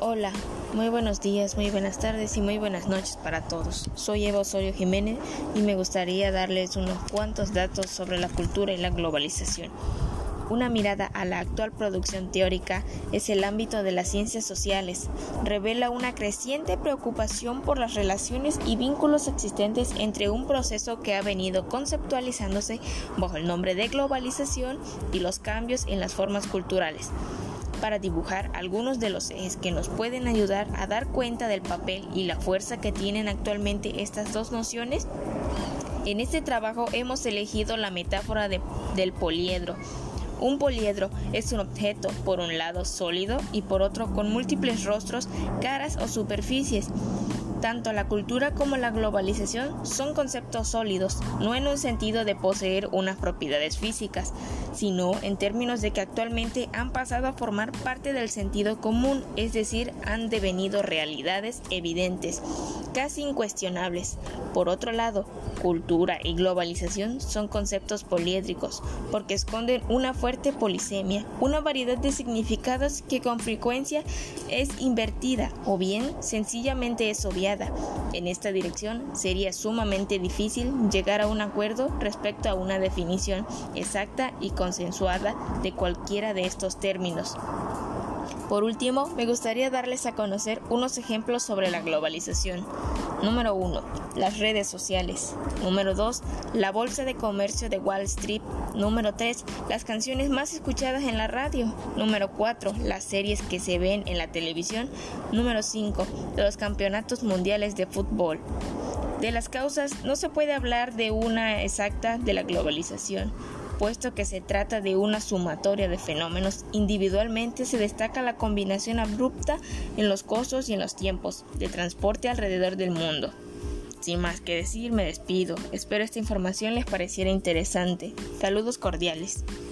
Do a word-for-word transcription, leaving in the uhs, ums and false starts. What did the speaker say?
Hola, muy buenos días, muy buenas tardes y muy buenas noches para todos. Soy Eva Osorio Jiménez y me gustaría darles unos cuantos datos sobre la cultura y la globalización. Una mirada a la actual producción teórica es el ámbito de las ciencias sociales. Revela una creciente preocupación por las relaciones y vínculos existentes entre un proceso que ha venido conceptualizándose bajo el nombre de globalización y los cambios en las formas culturales, para dibujar algunos de los ejes que nos pueden ayudar a dar cuenta del papel y la fuerza que tienen actualmente estas dos nociones. En este trabajo hemos elegido la metáfora de, del poliedro. Un poliedro es un objeto, por un lado sólido y por otro con múltiples rostros, caras o superficies. Tanto la cultura como la globalización son conceptos sólidos, no en un sentido de poseer unas propiedades físicas, sino en términos de que actualmente han pasado a formar parte del sentido común, es decir, han devenido realidades evidentes, casi incuestionables. Por otro lado, cultura y globalización son conceptos poliédricos, porque esconden una fuerte polisemia, una variedad de significados que con frecuencia es invertida o bien sencillamente es obviada. En esta dirección sería sumamente difícil llegar a un acuerdo respecto a una definición exacta y consensuada de cualquiera de estos términos. Por último, me gustaría darles a conocer unos ejemplos sobre la globalización. Número uno. Las redes sociales. Número dos. La bolsa de comercio de Wall Street. Número tres. Las canciones más escuchadas en la radio. Número cuatro. Las series que se ven en la televisión. Número cinco. Los campeonatos mundiales de fútbol. De las causas no se puede hablar de una exacta de la globalización, puesto que se trata de una sumatoria de fenómenos. Individualmente se destaca la combinación abrupta en los costos y en los tiempos de transporte alrededor del mundo. Sin más que decir, me despido. Espero esta información les pareciera interesante. Saludos cordiales.